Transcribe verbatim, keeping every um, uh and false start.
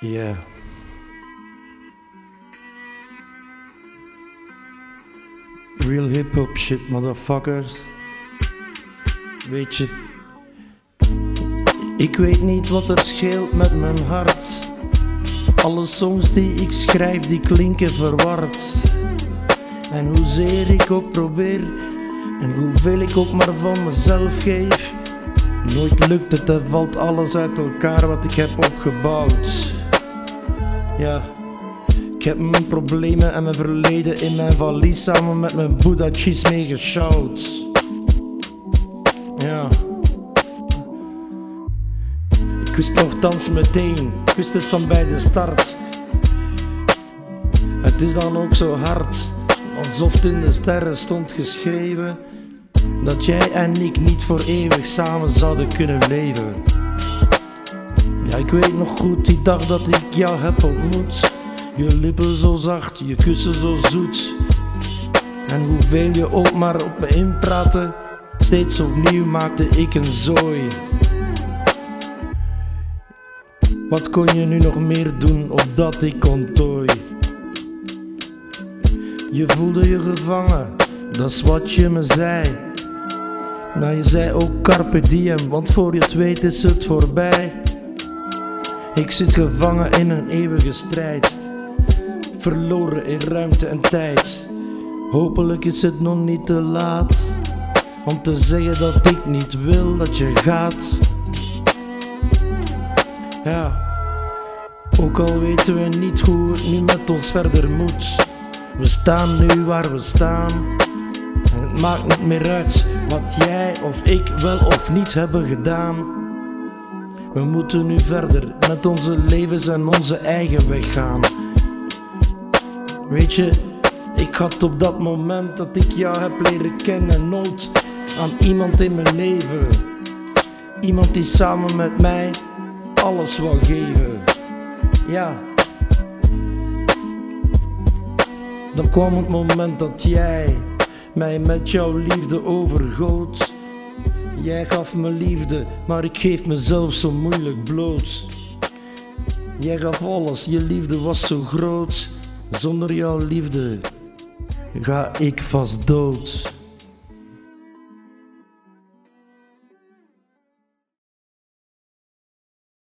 Yeah. Real hip-hop shit, motherfuckers. Weet je, ik weet niet wat er scheelt met mijn hart. Alle songs die ik schrijf, die klinken verward. En hoezeer ik ook probeer, en hoeveel ik ook maar van mezelf geef, nooit lukt het en valt alles uit elkaar wat ik heb opgebouwd. Ja, ik heb mijn problemen en mijn verleden in mijn valies samen met mijn Buddha-cheese meegesjouwd. Ja. Ik wist nogthans meteen, ik wist het van bij de start. Het is dan ook zo hard, alsof het in de sterren stond geschreven, dat jij en ik niet voor eeuwig samen zouden kunnen leven. Ja, ik weet nog goed die dag dat ik jou heb ontmoet. Je lippen zo zacht, je kussen zo zoet. En hoeveel je ook maar op me inpraatte, steeds opnieuw maakte ik een zooi. Wat kon je nu nog meer doen opdat ik onttooi? Je voelde je gevangen, dat is wat je me zei. Nou, je zei ook carpe diem, want voor je het weet is het voorbij. Ik zit gevangen in een eeuwige strijd, verloren in ruimte en tijd. Hopelijk is het nog niet te laat om te zeggen dat ik niet wil dat je gaat. Ja, ook al weten we niet hoe het nu met ons verder moet. We staan nu waar we staan en het maakt niet meer uit wat jij of ik wel of niet hebben gedaan. We moeten nu verder met onze levens en onze eigen weg gaan. Weet je, ik had op dat moment dat ik jou heb leren kennen nood aan iemand in mijn leven. Iemand die samen met mij alles wou geven. Ja. Dan kwam het moment dat jij mij met jouw liefde overgoot. Jij gaf me liefde, maar ik geef mezelf zo moeilijk bloot. Jij gaf alles, je liefde was zo groot. Zonder jouw liefde ga ik vast dood.